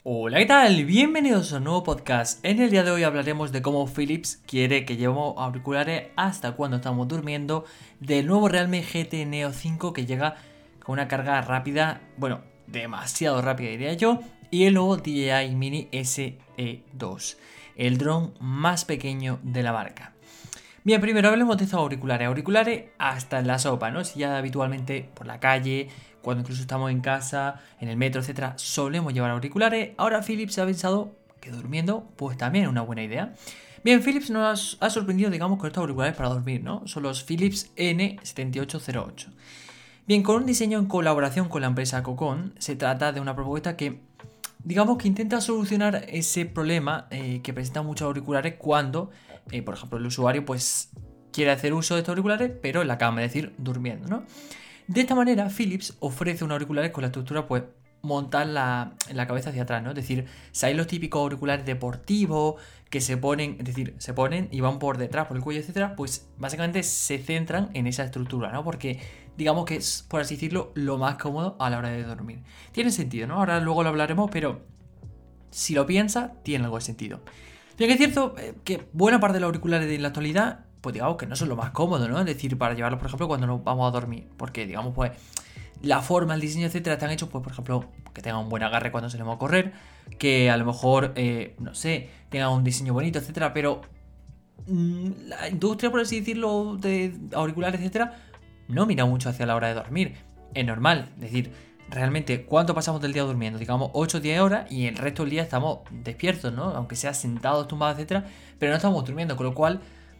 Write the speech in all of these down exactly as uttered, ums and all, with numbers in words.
Hola, ¿qué tal? Bienvenidos a un nuevo podcast. En el día de hoy hablaremos de cómo Philips quiere que llevemos auriculares hasta cuando estamos durmiendo, del nuevo Realme G T Neo cinco que llega con una carga rápida, bueno, demasiado rápida diría yo, y el nuevo D J I Mini S E dos, el dron más pequeño de la marca. Bien, primero hablemos de estos auriculares. Auriculares hasta en la sopa, ¿no? Si ya habitualmente por la calle, cuando incluso estamos en casa, en el metro, etcétera, solemos llevar auriculares. Ahora Philips ha pensado que durmiendo, pues también es una buena idea. Bien, Philips nos ha sorprendido, digamos, con estos auriculares para dormir, ¿no? Son los Philips N setenta y ocho cero ocho. Bien, con un diseño en colaboración con la empresa Cocon, se trata de una propuesta que, digamos, que intenta solucionar ese problema eh, que presentan muchos auriculares cuando, eh, por ejemplo, el usuario pues quiere hacer uso de estos auriculares, pero en la cama, es decir, durmiendo, ¿no? De esta manera, Philips ofrece unos auriculares con la estructura, pues, montar la, la cabeza hacia atrás, ¿no? Es decir, ¿sabéis los típicos auriculares deportivos que se ponen, es decir, se ponen y van por detrás, por el cuello, etcétera? Pues básicamente se centran en esa estructura, ¿no? Porque digamos que es, por así decirlo, lo más cómodo a la hora de dormir. Tiene sentido, ¿no? Ahora luego lo hablaremos, pero si lo piensas, tiene algo de sentido. Bien, es cierto eh, que buena parte de los auriculares de la actualidad, pues digamos que no son lo más cómodo, ¿no? Es decir, para llevarlos, por ejemplo, cuando nos vamos a dormir. Porque, digamos, pues, la forma, el diseño, etcétera, están hechos, pues, por ejemplo, que tengan un buen agarre cuando salimos a correr, que a lo mejor, eh, no sé, tengan un diseño bonito, etcétera, pero mmm, la industria, por así decirlo, de auriculares, etcétera, no mira mucho hacia la hora de dormir. Es normal, es decir, realmente, ¿cuánto pasamos del día durmiendo? Digamos ocho o diez horas y el resto del día estamos despiertos, ¿no? Aunque sea sentados, tumbados, etcétera, pero no estamos durmiendo, con lo cual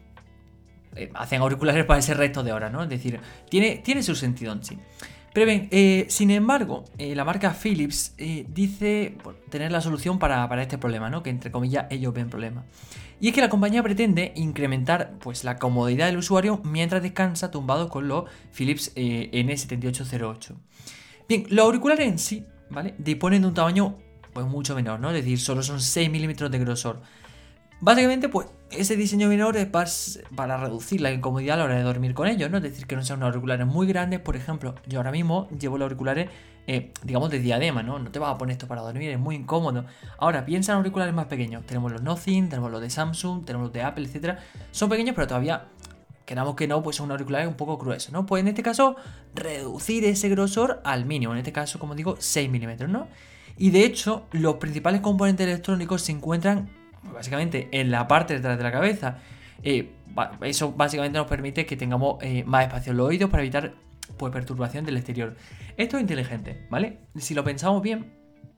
eh, hacen auriculares para ese resto de horas, ¿no? Es decir, tiene, tiene su sentido en sí. Pero bien, eh, sin embargo, eh, la marca Philips eh, dice bueno, tener la solución para, para este problema, ¿no? Que entre comillas ellos ven problema. Y es que la compañía pretende incrementar pues, la comodidad del usuario mientras descansa tumbado con los Philips eh, N setenta y ocho cero ocho. Bien, los auriculares en sí, ¿vale? Disponen de un tamaño pues mucho menor, ¿no? Es decir, solo son seis milímetros de grosor. Básicamente, pues, ese diseño menor es para reducir la incomodidad a la hora de dormir con ellos, ¿no? Es decir, que no sean unos auriculares muy grandes. Por ejemplo, yo ahora mismo llevo los auriculares, eh, digamos, de diadema, ¿no? No te vas a poner esto para dormir, es muy incómodo. Ahora, piensa en auriculares más pequeños. Tenemos los Nothing, tenemos los de Samsung, tenemos los de Apple, etcétera. Son pequeños, pero todavía, queramos que no, pues son auriculares un poco gruesos, ¿no? Pues en este caso, reducir ese grosor al mínimo. En este caso, como digo, seis milímetros, ¿no? Y de hecho, los principales componentes electrónicos se encuentran básicamente en la parte de detrás de la cabeza. Eh, eso básicamente nos permite que tengamos eh, más espacio en los oídos para evitar pues, perturbación del exterior. Esto es inteligente, ¿vale? Si lo pensamos bien,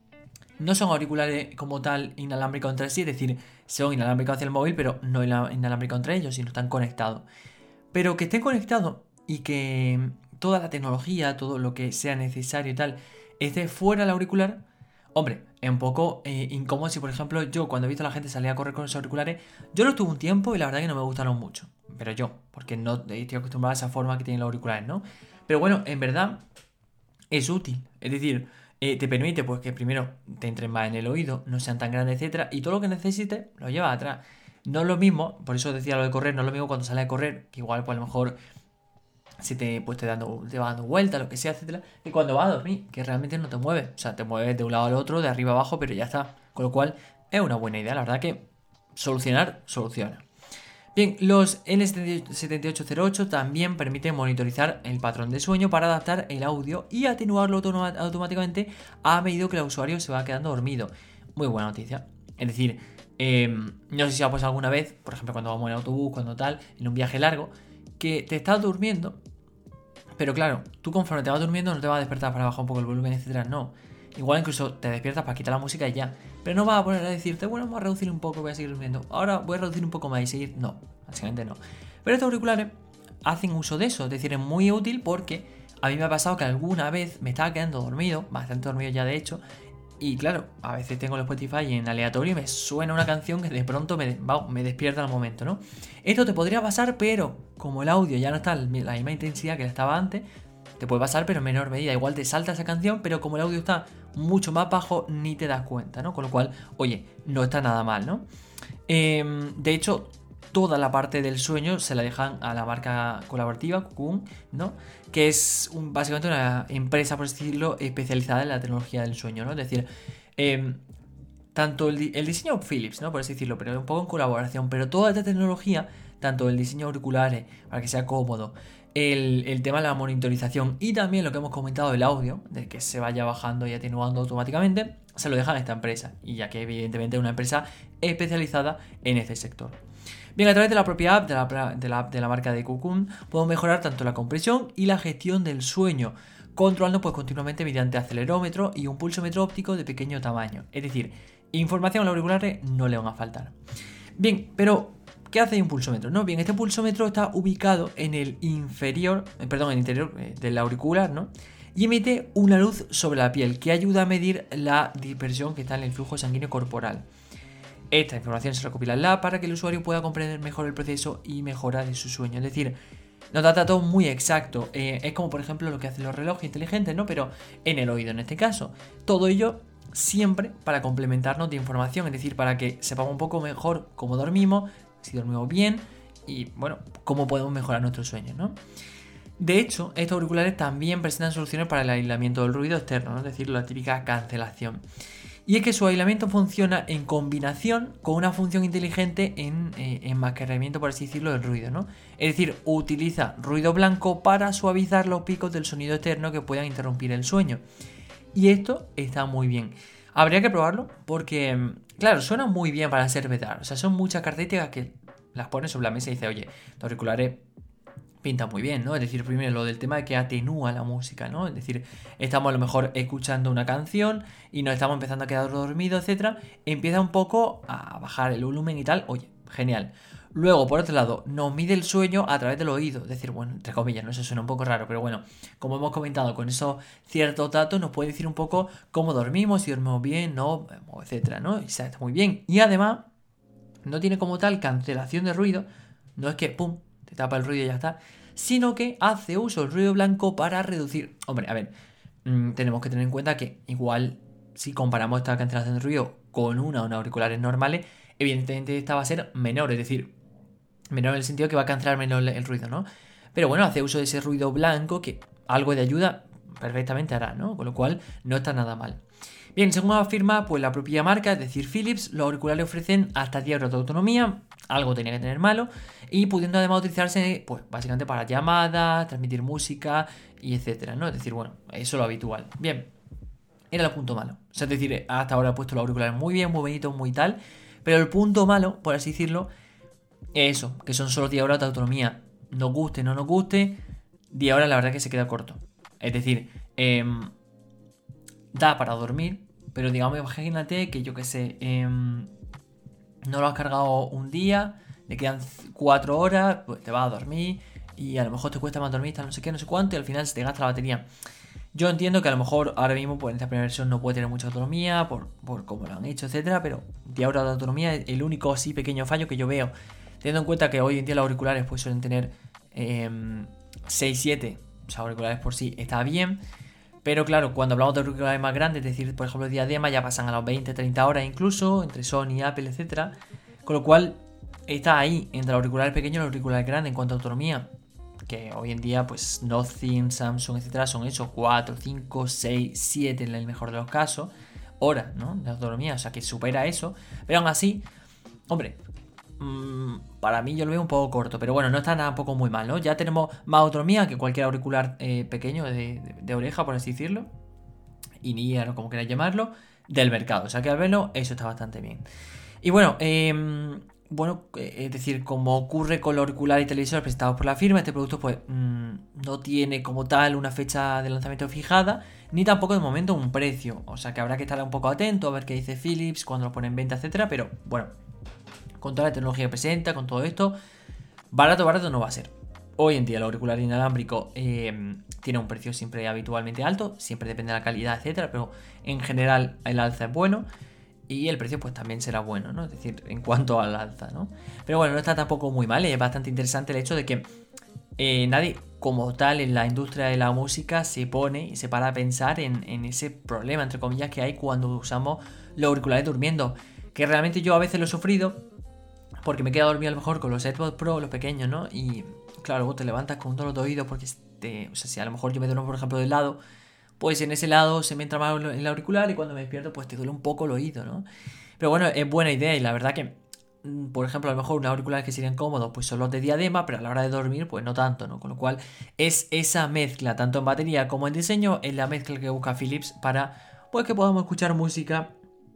no son auriculares como tal inalámbricos entre sí, es decir, son inalámbricos hacia el móvil, pero no inalámbricos entre ellos, sino están conectados. Pero que estén conectados y que toda la tecnología, todo lo que sea necesario y tal, esté fuera del auricular. Hombre, es un poco eh, incómodo si, por ejemplo, yo cuando he visto a la gente salir a correr con esos auriculares, yo los tuve un tiempo y la verdad que no me gustaron mucho. Pero yo, porque no estoy acostumbrado a esa forma que tienen los auriculares, ¿no? Pero bueno, en verdad es útil. Es decir, eh, te permite pues que primero te entren más en el oído, no sean tan grandes, etcétera, y todo lo que necesites lo llevas atrás. No es lo mismo, por eso decía lo de correr, no es lo mismo cuando sales a correr, que igual pues a lo mejor si te, pues, te, dando, te va dando vueltas, lo que sea, etcétera, y cuando vas a dormir, que realmente no te mueves, o sea, te mueves de un lado al otro, de arriba a abajo, pero ya está, con lo cual es una buena idea, la verdad que solucionar, soluciona. Bien, los N setenta y ocho cero ocho también permiten monitorizar el patrón de sueño para adaptar el audio y atenuarlo automáticamente a medida que el usuario se va quedando dormido. Muy buena noticia. Es decir, eh, no sé si ha pasado alguna vez, por ejemplo, cuando vamos en autobús, cuando tal, en un viaje largo, que te estás durmiendo, pero claro, tú conforme te vas durmiendo no te vas a despertar para bajar un poco el volumen, etcétera, no. Igual incluso te despiertas para quitar la música y ya. Pero no vas a poner a decirte, bueno, vamos a reducir un poco, voy a seguir durmiendo. Ahora voy a reducir un poco más y seguir. No, básicamente no. Pero estos auriculares hacen uso de eso, es decir, es muy útil porque a mí me ha pasado que alguna vez me estaba quedando dormido, bastante dormido ya de hecho, y claro, a veces tengo el Spotify en aleatorio y me suena una canción que de pronto me, wow, me despierta al momento, ¿no? Esto te podría pasar, pero como el audio ya no está a la misma intensidad que estaba antes, te puede pasar, pero en menor medida. Igual te salta esa canción, pero como el audio está mucho más bajo, ni te das cuenta, ¿no? Con lo cual, oye, no está nada mal, ¿no? Eh, de hecho, toda la parte del sueño se la dejan a la marca colaborativa, Cocoon, ¿no? Que es un, básicamente una empresa, por decirlo, especializada en la tecnología del sueño, ¿no? Es decir, eh, tanto el, el diseño Philips, ¿no? Por así decirlo, pero un poco en colaboración, pero toda esta tecnología, tanto el diseño de auriculares, para que sea cómodo, el, el tema de la monitorización y también lo que hemos comentado del audio, de que se vaya bajando y atenuando automáticamente, se lo dejan a esta empresa, y ya que evidentemente es una empresa especializada en este sector. Bien, a través de la propia app de la, de la, de la marca de Cocoon podemos mejorar tanto la compresión y la gestión del sueño, controlando pues continuamente mediante acelerómetro y un pulsómetro óptico de pequeño tamaño. Es decir, información a los auriculares no le van a faltar. Bien, pero ¿qué hace un pulsómetro? No, bien, este pulsómetro está ubicado en el inferior, eh, perdón, en el interior eh, del auricular, ¿no? Y emite una luz sobre la piel que ayuda a medir la dispersión que está en el flujo sanguíneo corporal. Esta información se recopila en la app para que el usuario pueda comprender mejor el proceso y mejora de su sueño. Es decir, nos da datos muy exactos. Eh, es como por ejemplo lo que hacen los relojes inteligentes, ¿no? Pero en el oído en este caso. Todo ello siempre para complementarnos de información. Es decir, para que sepamos un poco mejor cómo dormimos, si dormimos bien y bueno, cómo podemos mejorar nuestros sueños, ¿no? De hecho, estos auriculares también presentan soluciones para el aislamiento del ruido externo, ¿no? Es decir, la típica cancelación. Y es que su aislamiento funciona en combinación con una función inteligente en eh, enmascaramiento, por así decirlo, del ruido, ¿no? Es decir, utiliza ruido blanco para suavizar los picos del sonido externo que puedan interrumpir el sueño. Y esto está muy bien. Habría que probarlo porque, claro, suena muy bien para ser verdad. O sea, son muchas características que las pones sobre la mesa y dices, oye, los auriculares pinta muy bien, ¿no? Es decir, primero lo del tema de que atenúa la música, ¿no? Es decir, estamos a lo mejor escuchando una canción y nos estamos empezando a quedar dormidos, etcétera. Empieza un poco a bajar el volumen y tal. Oye, genial. Luego, por otro lado, nos mide el sueño a través del oído. Es decir, bueno, entre comillas, ¿no? Eso suena un poco raro, pero bueno, como hemos comentado, con esos ciertos datos nos puede decir un poco cómo dormimos, si dormimos bien, no, etcétera, ¿no? Y está muy bien. Y además, no tiene como tal cancelación de ruido. No es que, pum, te tapa el ruido y ya está, sino que hace uso del ruido blanco para reducir. Hombre, a ver, mmm, tenemos que tener en cuenta que igual si comparamos esta cancelación de ruido con una o auriculares normales, evidentemente esta va a ser menor, es decir, menor en el sentido que va a cancelar menos el ruido, ¿no? Pero bueno, hace uso de ese ruido blanco que algo de ayuda perfectamente hará, ¿no? Con lo cual no está nada mal. Bien, según afirma pues la propia marca, es decir, Philips, los auriculares ofrecen hasta diez horas de autonomía, algo tenía que tener malo, y pudiendo además utilizarse pues básicamente para llamadas, transmitir música y etcétera, ¿no? Es decir, bueno, eso es lo habitual. Bien, era el punto malo. O sea, es decir, hasta ahora he puesto los auriculares muy bien, muy bonitos, muy tal, pero el punto malo, por así decirlo, es eso, que son solo diez horas de autonomía. Nos guste, no nos guste, diez horas la verdad que se queda corto. Es decir, eh, da para dormir, pero digamos, imagínate que yo que sé, eh, no lo has cargado un día, le quedan cuatro horas, pues te vas a dormir y a lo mejor te cuesta más dormir, tal no sé qué, no sé cuánto, y al final se te gasta la batería. Yo entiendo que a lo mejor ahora mismo pues en esta primera versión no puede tener mucha autonomía por, por cómo lo han hecho, etcétera, pero diez horas de autonomía es el único así pequeño fallo que yo veo, teniendo en cuenta que hoy en día los auriculares pues suelen tener eh, seis siete, o sea, auriculares por sí está bien. Pero claro, cuando hablamos de auriculares más grandes, es decir, por ejemplo, diadema, ya pasan a las veinte treinta horas incluso, entre Sony, Apple, etcétera. Con lo cual, está ahí, entre los auriculares pequeños y los auriculares grandes en cuanto a autonomía. Que hoy en día, pues, Nothing, Samsung, etcétera, son esos cuatro, cinco, seis, siete en el mejor de los casos. Horas, ¿no? De autonomía, o sea, que supera eso. Pero aún así, hombre, mmm, para mí yo lo veo un poco corto, pero bueno, no está tampoco muy mal, ¿no? Ya tenemos más autonomía que cualquier auricular eh, pequeño de, de, de oreja, por así decirlo, in-ear o como queráis llamarlo, del mercado. O sea que al verlo, eso está bastante bien. Y bueno, eh, bueno, es decir, como ocurre con los auriculares y televisores presentados por la firma, este producto pues mmm, no tiene como tal una fecha de lanzamiento fijada, ni tampoco de momento un precio. O sea que habrá que estar un poco atento a ver qué dice Philips, cuando lo pone en venta, etcétera. Pero bueno, con toda la tecnología que presenta, con todo esto, barato, barato no va a ser. Hoy en día el auricular inalámbrico eh, tiene un precio siempre habitualmente alto, siempre depende de la calidad, etcétera, pero en general el alza es bueno y el precio pues también será bueno, ¿no? Es decir, en cuanto al alza, ¿no? Pero bueno, no está tampoco muy mal, es bastante interesante el hecho de que eh, nadie como tal en la industria de la música se pone y se para a pensar en, en ese problema, entre comillas, que hay cuando usamos los auriculares durmiendo, que realmente yo a veces lo he sufrido, porque me he quedado dormido a lo mejor con los AirPods Pro, los pequeños, ¿no? Y claro, luego te levantas con un dolor de oído porque, te, o sea, si a lo mejor yo me duermo, por ejemplo, de lado, pues en ese lado se me entra mal el auricular y cuando me despierto pues te duele un poco el oído, ¿no? Pero bueno, es buena idea y la verdad que, por ejemplo, a lo mejor unos auriculares que serían cómodos pues son los de diadema, pero a la hora de dormir pues no tanto, ¿no? Con lo cual es esa mezcla, tanto en batería como en diseño, es la mezcla que busca Philips para pues que podamos escuchar música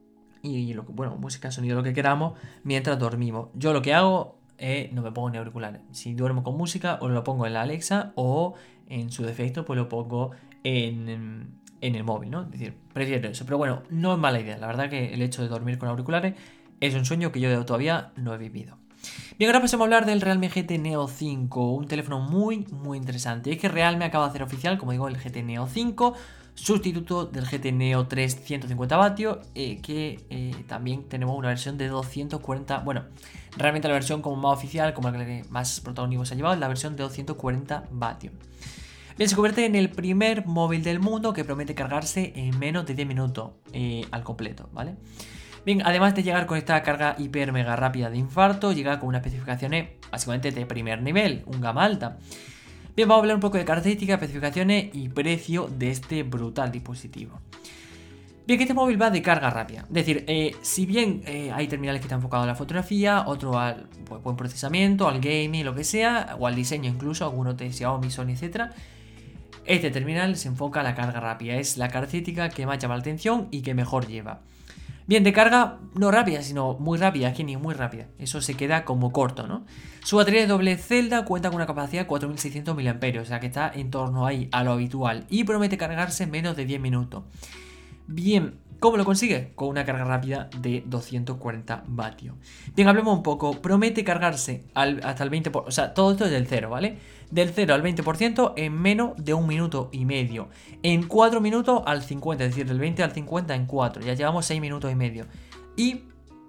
y, lo, bueno, música, sonido, lo que queramos mientras dormimos. Yo lo que hago es no me pongo ni auriculares. Si duermo con música o lo pongo en la Alexa o en su defecto pues lo pongo en, en el móvil, ¿no? Es decir, prefiero eso. Pero bueno, no es mala idea. La verdad que el hecho de dormir con auriculares es un sueño que yo todavía no he vivido. Bien, ahora pasemos a hablar del Realme G T Neo cinco, un teléfono muy, muy interesante. Es que Realme acaba de hacer oficial, como digo, el G T Neo cinco, sustituto del G T Neo tres ciento cincuenta vatios, eh, que eh, también tenemos una versión de doscientos cuarenta, bueno, realmente la versión como más oficial, como la que más protagonismo se ha llevado, es la versión de doscientos cuarenta vatios. Bien, se convierte en el primer móvil del mundo que promete cargarse en menos de diez minutos eh, al completo, ¿vale? Bien, además de llegar con esta carga hiper mega rápida de infarto, llega con unas especificaciones básicamente de primer nivel, un gama alta. Bien, vamos a hablar un poco de características, especificaciones y precio de este brutal dispositivo. Bien, que este móvil va de carga rápida. Es decir, eh, si bien eh, hay terminales que están enfocados a la fotografía, otro al pues, buen procesamiento, al gaming, lo que sea, o al diseño incluso, algunos de Xiaomi, Sony, etcétera. Este terminal se enfoca a la carga rápida. Es la característica que más llama la atención y que mejor lleva. Bien, de carga no rápida, sino muy rápida, es que ni muy rápida. Eso se queda como corto, ¿no? Su batería de doble celda cuenta con una capacidad de cuatro mil seiscientos miliamperios hora, o sea que está en torno ahí a lo habitual y promete cargarse en menos de diez minutos. Bien, ¿cómo lo consigue? Con una carga rápida de doscientos cuarenta vatios. Bien, hablemos un poco. Promete cargarse al, hasta el veinte por ciento, o sea, todo esto es del cero, ¿vale? Del cero al veinte por ciento en menos de un minuto y medio. En cuatro minutos al cincuenta, es decir, del veinte al cincuenta en cuatro. Ya llevamos seis minutos y medio. Y...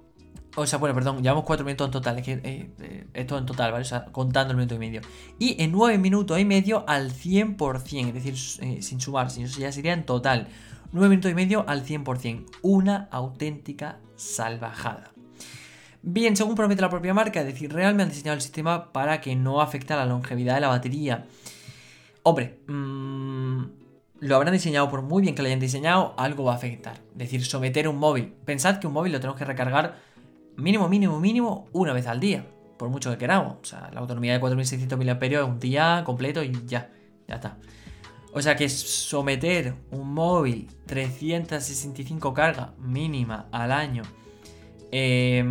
O sea, bueno, perdón, llevamos cuatro minutos en total, es que eh, eh, esto en total, ¿vale? O sea, contando el minuto y medio. Y en nueve minutos y medio al cien por ciento, es decir, eh, sin sumar, si eso ya sería en total. nueve minutos y medio al cien por ciento. Una auténtica salvajada. Bien, según promete la propia marca, es decir, Realme han diseñado el sistema para que no afecte a la longevidad de la batería. Hombre, mmm, lo habrán diseñado, por muy bien que lo hayan diseñado, algo va a afectar. Es decir, someter un móvil. Pensad que un móvil lo tenemos que recargar mínimo, mínimo, mínimo una vez al día, por mucho que queramos. O sea, la autonomía de cuatro mil seiscientos miliamperios hora es un día completo y ya, ya está. O sea que someter un móvil trescientos sesenta y cinco cargas mínima al año eh,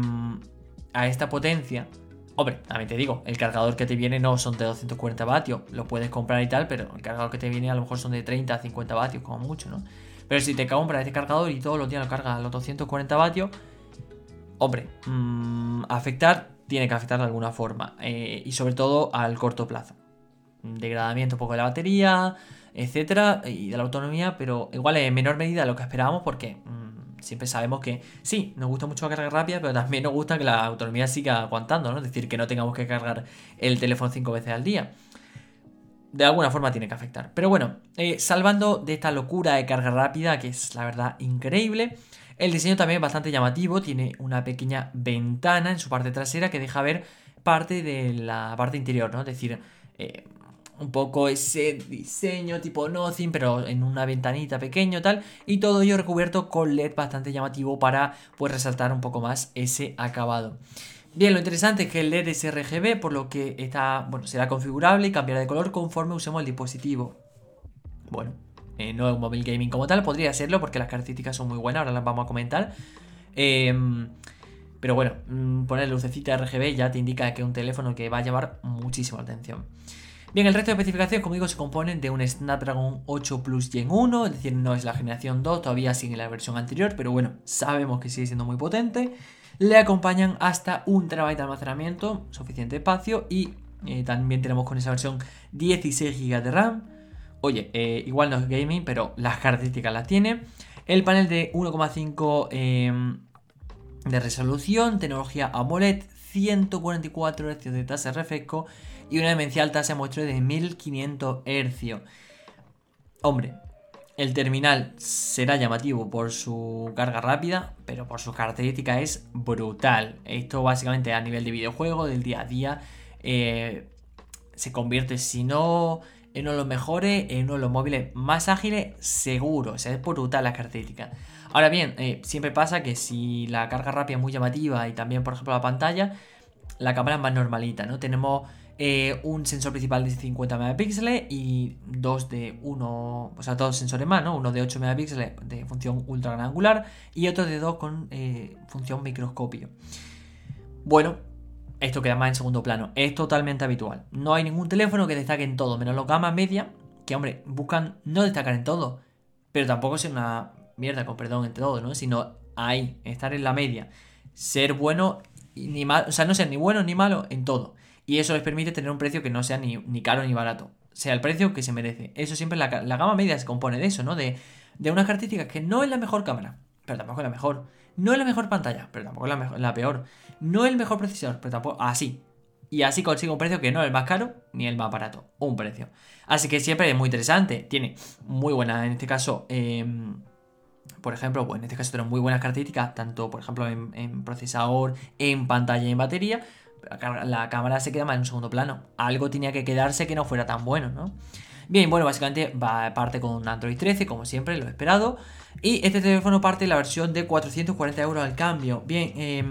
a esta potencia. Hombre, también te digo, el cargador que te viene no son de doscientos cuarenta vatios, lo puedes comprar y tal, pero el cargador que te viene a lo mejor son de treinta a cincuenta vatios como mucho, ¿no? Pero si te compras este cargador y todos los días lo cargas a los doscientos cuarenta vatios, hombre, mmm, afectar tiene que afectar de alguna forma, eh, y sobre todo al corto plazo. Degradamiento un poco de la batería, etcétera, y de la autonomía, pero igual en menor medida de lo que esperábamos, porque mmm, siempre sabemos que sí, nos gusta mucho la carga rápida, pero también nos gusta que la autonomía siga aguantando, ¿no? Es decir, que no tengamos que cargar el teléfono cinco veces al día. De alguna forma tiene que afectar. Pero bueno, eh, salvando de esta locura de carga rápida, que es la verdad increíble, el diseño también es bastante llamativo. Tiene una pequeña ventana en su parte trasera que deja ver parte de la parte interior, ¿no? Es decir, eh, un poco ese diseño tipo Nothing, pero en una ventanita pequeño tal, y todo ello recubierto con L E D bastante llamativo para pues resaltar un poco más ese acabado. Bien, lo interesante es que el L E D es R G B, por lo que está, bueno, será configurable y cambiará de color conforme usemos el dispositivo. Bueno, eh, no es un móvil gaming como tal, podría serlo porque las características son muy buenas, ahora las vamos a comentar. Eh, pero bueno, poner lucecita R G B ya te indica que es un teléfono que va a llamar muchísimo la atención. Bien, el resto de especificaciones, como digo, se componen de un Snapdragon ocho Plus Gen uno, es decir, no es la generación dos, todavía sigue la versión anterior, pero bueno, sabemos que sigue siendo muy potente. Le acompañan hasta un terabyte de almacenamiento, suficiente espacio, y eh, también tenemos con esa versión dieciséis gigas de RAM. Oye, eh, igual no es gaming, pero las características las tiene. El panel de uno coma cinco eh, de resolución, tecnología AMOLED, ciento cuarenta y cuatro hercios de tasa de refresco y una demencial tasa de muestreo de mil quinientos hercios. Hombre, el terminal será llamativo por su carga rápida, pero por sus características es brutal. Esto básicamente a nivel de videojuego, del día a día, eh, se convierte, si no es uno de los mejores, es uno de los móviles más ágiles, seguro. O sea, es brutal las características. Ahora bien, eh, siempre pasa que si la carga rápida es muy llamativa y también, por ejemplo, la pantalla, la cámara es más normalita, ¿no? Tenemos eh, un sensor principal de cincuenta megapíxeles y dos de uno, o sea, dos sensores más, ¿no? Uno de ocho megapíxeles de función ultra gran angular y otro de dos con eh, función microscopio. Bueno, esto queda más en segundo plano. Es totalmente habitual. No hay ningún teléfono que destaque en todo, menos los gamas media, que, hombre, buscan no destacar en todo, pero tampoco ser una mierda, con perdón, entre todo, ¿no? Sino ahí, estar en la media. Ser bueno, ni mal, o sea, no ser ni bueno ni malo en todo. Y eso les permite tener un precio que no sea ni, ni caro ni barato. Sea el precio que se merece. Eso siempre, la, la gama media se compone de eso, ¿no? De, de unas características que no es la mejor cámara, pero tampoco es la mejor. No es la mejor pantalla, pero tampoco es la, mejor, la peor. No es el mejor procesador, pero tampoco... Así. Y así consigo un precio que no es el más caro ni el más barato. Un precio. Así que siempre es muy interesante. Tiene muy buena, en este caso... Eh, por ejemplo, pues en este caso tiene muy buenas características, tanto por ejemplo en, en procesador, en pantalla y en batería. La, la cámara se queda más en un segundo plano. Algo tenía que quedarse que no fuera tan bueno, ¿no? Bien, bueno, básicamente va, parte con Android trece, como siempre, lo esperado. Y este teléfono parte de la versión de cuatrocientos cuarenta euros al cambio. Bien, eh,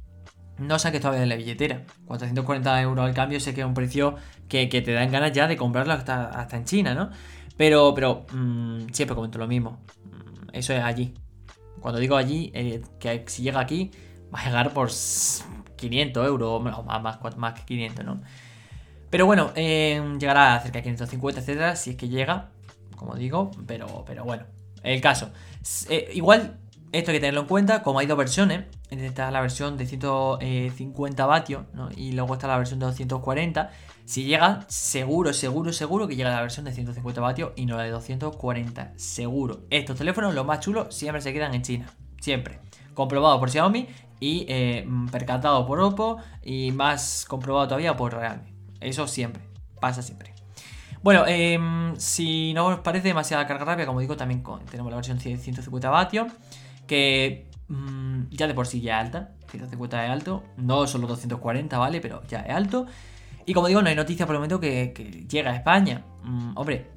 no saques todavía de la billetera. cuatrocientos cuarenta euros al cambio, sé que es un precio que, que te dan ganas ya de comprarlo hasta, hasta en China, ¿no? Pero, pero mmm, siempre comento lo mismo. Eso es allí. Cuando digo allí, eh, que si llega aquí, va a llegar por quinientos euros, o más, más, más que quinientos, ¿no? Pero bueno, eh, llegará a cerca de quinientos cincuenta, etcétera, si es que llega, como digo, pero, pero bueno, el caso. Eh, igual, esto hay que tenerlo en cuenta, como hay dos versiones, está la versión de ciento cincuenta vatios, ¿no? Y luego está la versión de doscientos cuarenta. Si llega, seguro, seguro, seguro que llega la versión de ciento cincuenta vatios y no la de doscientos cuarenta, seguro. Estos teléfonos, los más chulos, siempre se quedan en China, siempre. Comprobado por Xiaomi y eh, percatado por Oppo y más comprobado todavía por Realme. Eso siempre, pasa siempre. Bueno, eh, si no os parece demasiada carga rápida, como digo, también con, tenemos la versión de ciento cincuenta vatios, que mmm, ya de por sí ya es alta, ciento cincuenta es alto, no solo doscientos cuarenta, ¿vale? Pero ya es alto. Y como digo, no hay noticias por el momento que, que llega a España. Mm, hombre,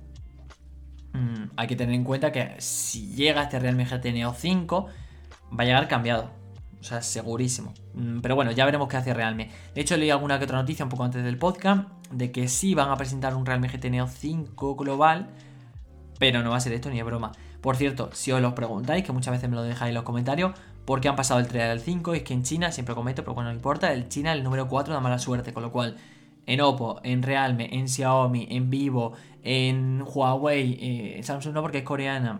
mm, hay que tener en cuenta que si llega este Realme G T Neo cinco, va a llegar cambiado. O sea, segurísimo. Mm, pero bueno, ya veremos qué hace Realme. De hecho, leí alguna que otra noticia un poco antes del podcast de que sí van a presentar un Realme G T Neo cinco global, pero no va a ser esto ni de broma. Por cierto, si os lo preguntáis, que muchas veces me lo dejáis en los comentarios, ¿por qué han pasado el tres al cinco? Es que en China, siempre comento, pero bueno, no importa, el China el número cuatro da mala suerte, con lo cual en Oppo, en Realme, en Xiaomi, en Vivo, en Huawei, eh, Samsung no porque es coreana,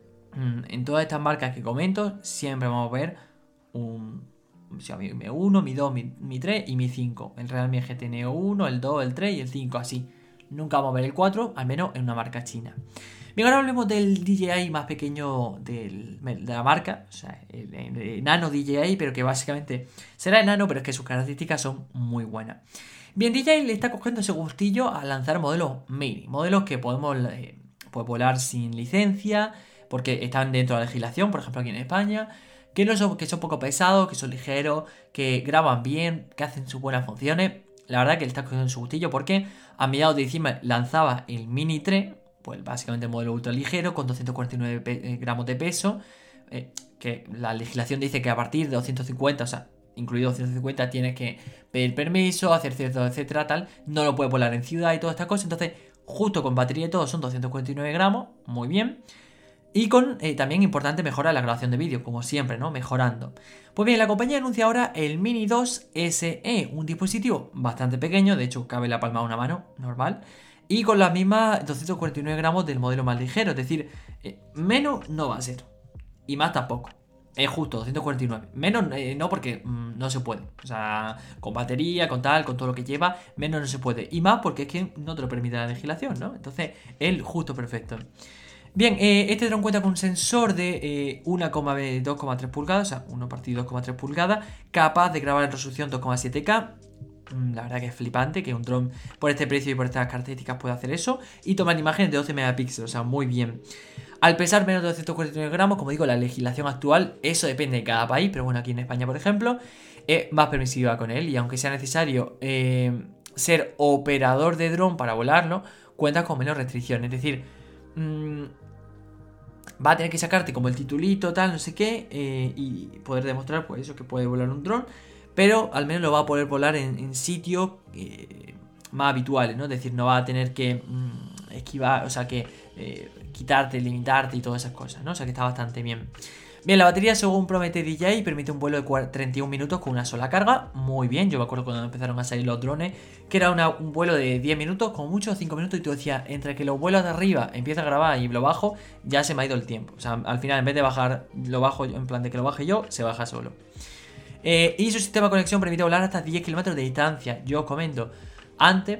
en todas estas marcas que comento, siempre vamos a ver un Xiaomi Mi uno, Mi dos, Mi, Mi tres y Mi cinco. El Realme G T Neo uno, el dos, el tres y el cinco, así. Nunca vamos a ver el cuatro, al menos en una marca china. Bien, ahora hablemos del D J I más pequeño del, de la marca, o sea, el, el, el Nano D J I, pero que básicamente será enano, pero es que sus características son muy buenas. Bien, D J I le está cogiendo ese gustillo a lanzar modelos mini, modelos que podemos eh, pues volar sin licencia, porque están dentro de la legislación, por ejemplo aquí en España, que, no son, que son poco pesados, que son ligeros, que graban bien, que hacen sus buenas funciones. La verdad que le está cogiendo su gustillo porque a mediados de diciembre lanzaba el Mini tres, pues básicamente el modelo ultra ligero con doscientos cuarenta y nueve pe- gramos de peso, eh, que la legislación dice que a partir de doscientos cincuenta, o sea, incluido doscientos cincuenta, tienes que pedir permiso, hacer cierto, etcétera, tal, no lo puedes volar en ciudad y todas estas cosas. Entonces, justo con batería y todo son doscientos cuarenta y nueve gramos, muy bien. Y con eh, también importante mejora la grabación de vídeo, como siempre, ¿no? Mejorando. Pues bien, la compañía anuncia ahora el Mini dos S E, un dispositivo bastante pequeño, de hecho cabe la palma de una mano, normal, y con las mismas doscientos cuarenta y nueve gramos del modelo más ligero, es decir, eh, menos no va a ser, y más tampoco. Es justo, doscientos cuarenta y nueve. Menos eh, no, porque mmm, no se puede. O sea, con batería, con tal, con todo lo que lleva, menos no se puede. Y más porque es que no te lo permite la legislación, ¿no? Entonces, el justo perfecto. Bien, eh, este dron cuenta con un sensor de eh, uno coma dos coma tres pulgadas, o sea, uno partido dos coma tres pulgadas, capaz de grabar en resolución dos coma siete K. La verdad que es flipante que un dron por este precio y por estas características pueda hacer eso. Y tomar imágenes de doce megapíxeles, o sea, muy bien. Al pesar menos de doscientos cuarenta y nueve gramos, como digo, la legislación actual, eso depende de cada país, pero bueno, aquí en España, por ejemplo, es más permisiva con él. Y aunque sea necesario eh, ser operador de dron para volarlo, cuentas con menos restricciones. Es decir, mmm, va a tener que sacarte como el titulito, tal, no sé qué, eh, y poder demostrar, pues eso, que puede volar un dron, pero al menos lo va a poder volar en, en sitios eh, más habituales, ¿no? Es decir, no va a tener que mmm, esquivar, o sea, que eh, quitarte, limitarte y todas esas cosas, ¿no? O sea, que está bastante bien. Bien, la batería, según promete D J I, permite un vuelo de treinta y un minutos con una sola carga. Muy bien, yo me acuerdo cuando empezaron a salir los drones, que era una, un vuelo de diez minutos, como mucho cinco minutos, y tú decías, entre que los vuelos de arriba empieza a grabar y lo bajo, ya se me ha ido el tiempo. O sea, al final, en vez de bajar, lo bajo yo, en plan de que lo baje yo, se baja solo. Eh, y su sistema de conexión permite volar hasta diez kilómetros de distancia. Yo os comento, antes,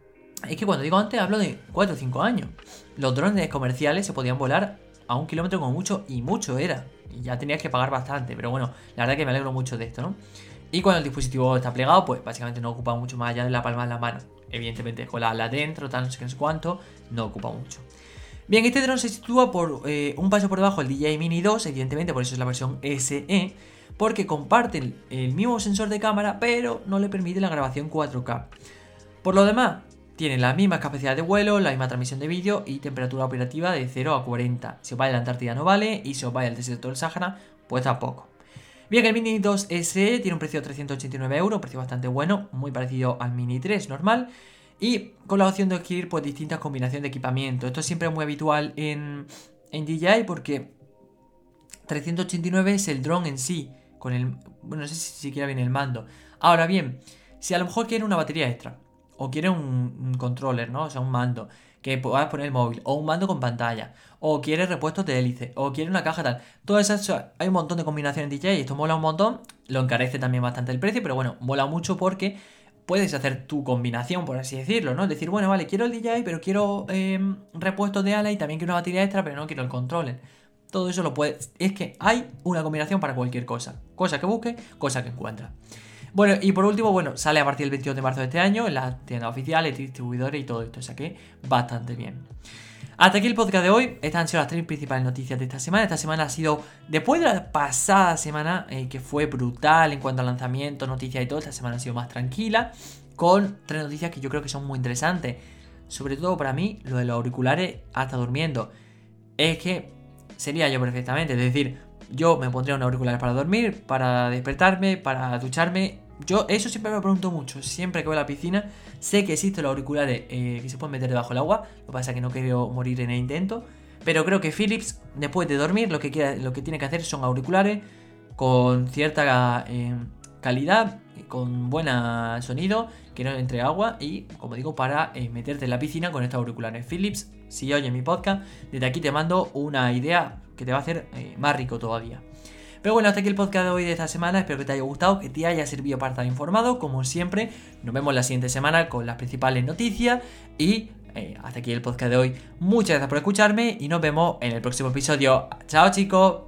es que cuando digo antes hablo de cuatro o cinco años. Los drones comerciales se podían volar a un kilómetro como mucho, y mucho era. Y ya tenías que pagar bastante, pero bueno, la verdad que me alegro mucho de esto, ¿no? Y cuando el dispositivo está plegado, pues básicamente no ocupa mucho más allá de la palma de la mano. Evidentemente, con la ala dentro, tal, no sé qué, no sé cuánto, no ocupa mucho. Bien, este dron se sitúa por eh, un paso por debajo del D J I Mini dos, evidentemente, por eso es la versión S E, porque comparten el mismo sensor de cámara, pero no le permite la grabación cuatro K. Por lo demás, tiene la misma capacidad de vuelo, la misma transmisión de vídeo y temperatura operativa de cero a cuarenta. Si os vais a la Antártida no vale, y si os vais al desierto del Sáhara, pues tampoco. Bien, el Mini dos S E tiene un precio de trescientos ochenta y nueve euros, un precio bastante bueno, muy parecido al Mini tres normal, y con la opción de adquirir pues distintas combinaciones de equipamiento. Esto siempre es muy habitual en, en D J I, porque trescientos ochenta y nueve es el dron en sí, con el, bueno, no sé si siquiera viene el mando. Ahora bien, si a lo mejor quiere una batería extra, o quiere un, un controller, ¿no? O sea, un mando que puedas poner el móvil, o un mando con pantalla, o quiere repuestos de hélice, o quiere una caja tal. Todas esas, o sea, hay un montón de combinaciones D J I, esto mola un montón, lo encarece también bastante el precio, pero bueno, mola mucho porque puedes hacer tu combinación, por así decirlo, ¿no? Es decir, bueno, vale, quiero el D J I, pero quiero eh, repuestos de ala y también quiero una batería extra, pero no quiero el controller. Todo eso lo puedes... Es que hay una combinación para cualquier cosa. Cosa que busques, cosa que encuentras. Bueno, y por último, bueno, sale a partir del veintidós de marzo de este año en las tiendas oficiales, distribuidores y todo esto, o sea que bastante bien. Hasta aquí el podcast de hoy. Estas han sido las tres principales noticias de esta semana. Esta semana ha sido, después de la pasada semana, eh, que fue brutal en cuanto a lanzamientos, noticias y todo, esta semana ha sido más tranquila, con tres noticias que yo creo que son muy interesantes. Sobre todo para mí, lo de los auriculares hasta durmiendo. Es que sería yo perfectamente, es decir, yo me pondría unos auriculares para dormir, para despertarme, para ducharme. Yo eso siempre me pregunto mucho, siempre que voy a la piscina. Sé que existen los auriculares eh, que se pueden meter debajo del agua, lo que pasa es que no quiero morir en el intento. Pero creo que Philips, después de dormir, lo que, quiera, lo que tiene que hacer son auriculares con cierta eh, calidad, con buen sonido, que no entre agua, y como digo, para eh, meterte en la piscina con estos auriculares. Philips, si oyes mi podcast, desde aquí te mando una idea que te va a hacer eh, más rico todavía. Pero bueno, hasta aquí el podcast de hoy de esta semana. Espero que te haya gustado, que te haya servido para estar informado. Como siempre, nos vemos la siguiente semana con las principales noticias. Y eh, hasta aquí el podcast de hoy. Muchas gracias por escucharme y nos vemos en el próximo episodio. ¡Chao, chicos!